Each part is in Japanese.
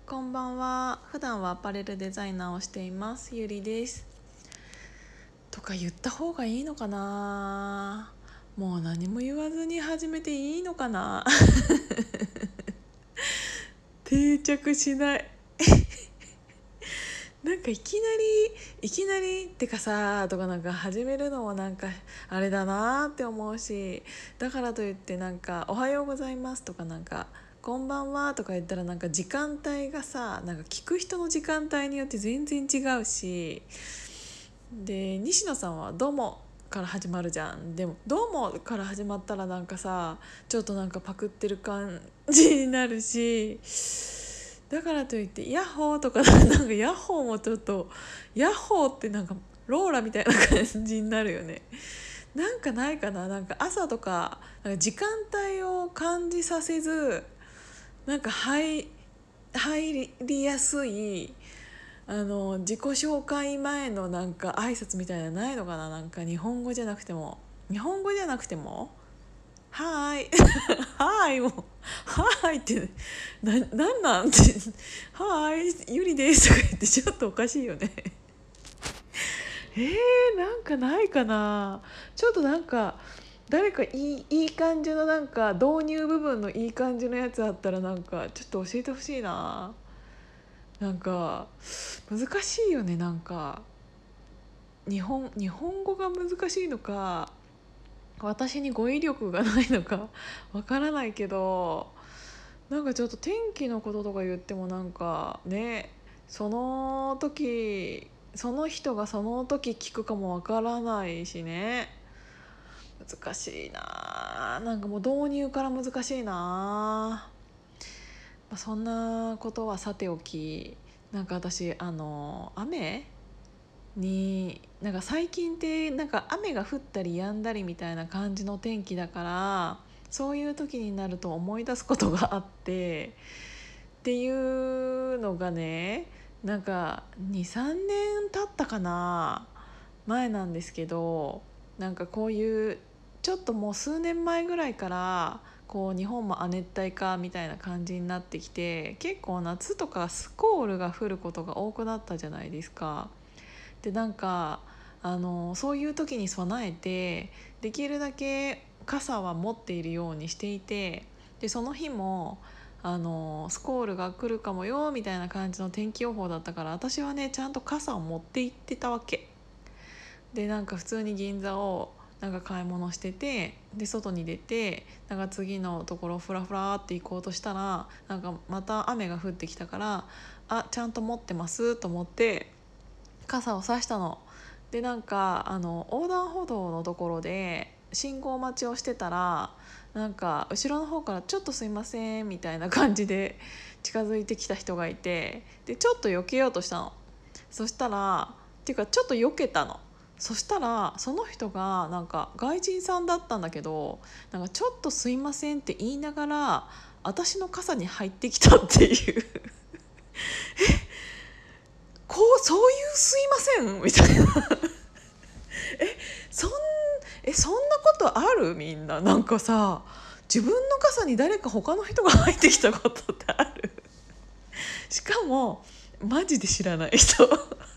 こんばんは。普段はアパレルデザイナーをしていますゆりですとか言った方がいいのかな。もう何も言わずに始めていいのかな。定着しない。なんかいきなりってかさとかなんか始めるのもなんかあれだなって思うし、だからといってなんかおはようございますとかなんかこんばんはとか言ったらなんか時間帯がさ、なんか聞く人の時間帯によって全然違うし、で西野さんはどうもから始まるじゃん。でもどうもから始まったらなんかさ、ちょっとなんかパクってる感じになるし、だからといってヤッホーとかなんかヤッホーもちょっとヤッホーってなんかローラみたいな感じになるよね。なんかないかな。なんか朝とか、なんか時間帯を感じさせず、なんか入りやすい自己紹介前のなんか挨拶みたいなのないのかな。なんか日本語じゃなくてもはーいはーいもうはーいってなんなんってはーいゆりですとか言ってちょっとおかしいよね。なんかないかな。ちょっとなんか誰かいい感じのなんか導入部分のいい感じのやつあったらなんかちょっと教えてほしいな。なんか難しいよね。なんか日本語が難しいのか私に語彙力がないのかわからないけど、なんかちょっと天気のこととか言ってもなんかね、その時その人がその時聞くかもわからないしね。難しいな。なんかもう導入から難しいな。そんなことはさておき、なんか私雨になんか最近ってなんか雨が降ったり止んだりみたいな感じの天気だから、そういう時になると思い出すことがあっていうのがね、なんか23年経ったかな前なんですけど、なんかこういうちょっともう数年前ぐらいからこう日本も亜熱帯化みたいな感じになってきて、結構夏とかスコールが降ることが多くなったじゃないですか。でなんかそういう時に備えてできるだけ傘は持っているようにしていて、でその日もスコールが来るかもよみたいな感じの天気予報だったから、私はねちゃんと傘を持って行ってたわけで、なんか普通に銀座をなんか買い物してて、で外に出てなんか次のところフラフラって行こうとしたらなんかまた雨が降ってきたから、あちゃんと持ってますと思って傘を差したの。でなんか横断歩道のところで信号待ちをしてたら、なんか後ろの方から「ちょっとすいません」みたいな感じで近づいてきた人がいて、でちょっと避けようとしたの。そしたらっていうかちょっと避けたの。そしたらその人がなんか外人さんだったんだけど、なんか「ちょっとすいません」って言いながら私の傘に入ってきたっていう。そういうすいませんみたいな。そんそんなことある？みんななんかさ、自分の傘に誰か他の人が入ってきたことってある？しかもマジで知らない人。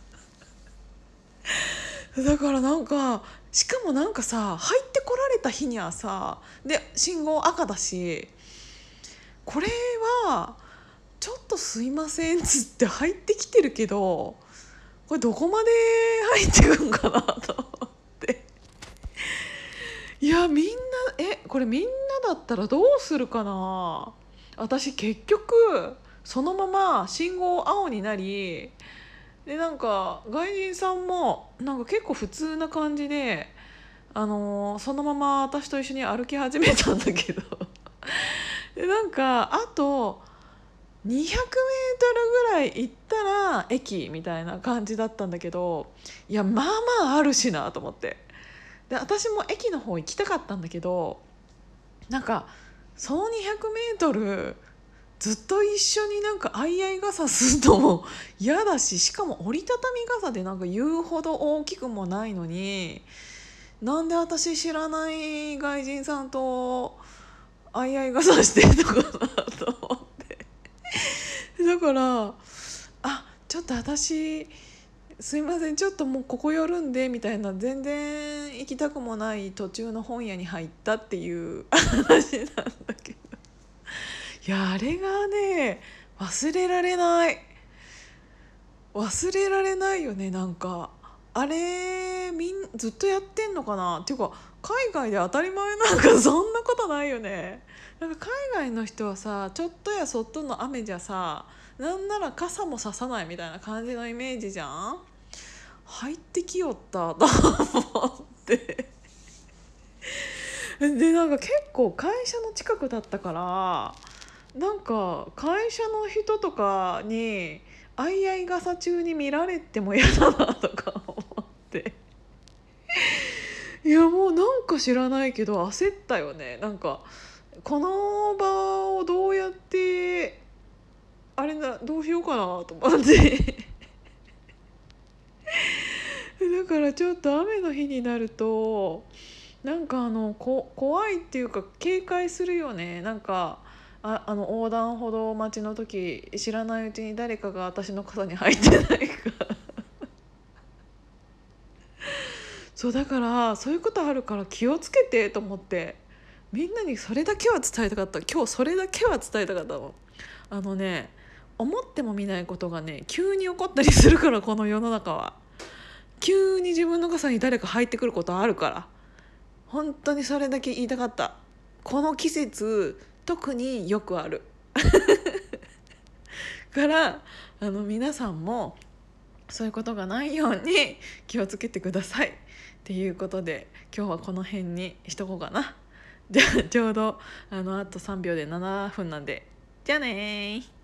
だからなんかしかもなんかさ、入ってこられた日にはさ、で信号赤だし、これはちょっとすいませんっつって入ってきてるけど、これどこまで入ってくんかなと思って。いやみんなこれみんなだったらどうするかな。私結局そのまま信号青になり、でなんか外人さんもなんか結構普通な感じで、そのまま私と一緒に歩き始めたんだけど、でなんかあと200メートルぐらい行ったら駅みたいな感じだったんだけど、いやまあまああるしなと思って。で私も駅の方行きたかったんだけど、なんかその200メートルずっと一緒になんか相合い傘するのも嫌だし、しかも折りたたみ傘でなんか言うほど大きくもないのに、なんで私知らない外人さんと相合い傘してんのかなと思って。 だからちょっと私すいませんちょっともうここ寄るんでみたいな、全然行きたくもない途中の本屋に入ったっていう話なんだけど、いやあれがね忘れられないよね。なんかあれずっとやってんのかなっていうか、海外で当たり前なんかそんなことないよね。なんか海外の人はさ、ちょっとやそっとの雨じゃさ、なんなら傘もささないみたいな感じのイメージじゃん。入ってきよったと思ってでなんか結構会社の近くだったから、なんか会社の人とかに相合い傘中に見られても嫌だなとか思っていやもうなんか知らないけど焦ったよね。なんかこの場をどうやってどうしようかなと思ってだからちょっと雨の日になるとなんか怖いっていうか警戒するよね。なんか横断歩道待ちの時、知らないうちに誰かが私の傘に入ってないかそうだからそういうことあるから気をつけてと思って、みんなにそれだけは伝えたかった。今日それだけは伝えたかったの。あのね思ってもみないことがね急に起こったりするから、この世の中は急に自分の傘に誰か入ってくることあるから、本当にそれだけ言いたかった。この季節特によくあるから皆さんもそういうことがないように気をつけてくださいっていうことで、今日はこの辺にしとこうかな。じゃあちょうどあと3秒で7分なんで、じゃあねー。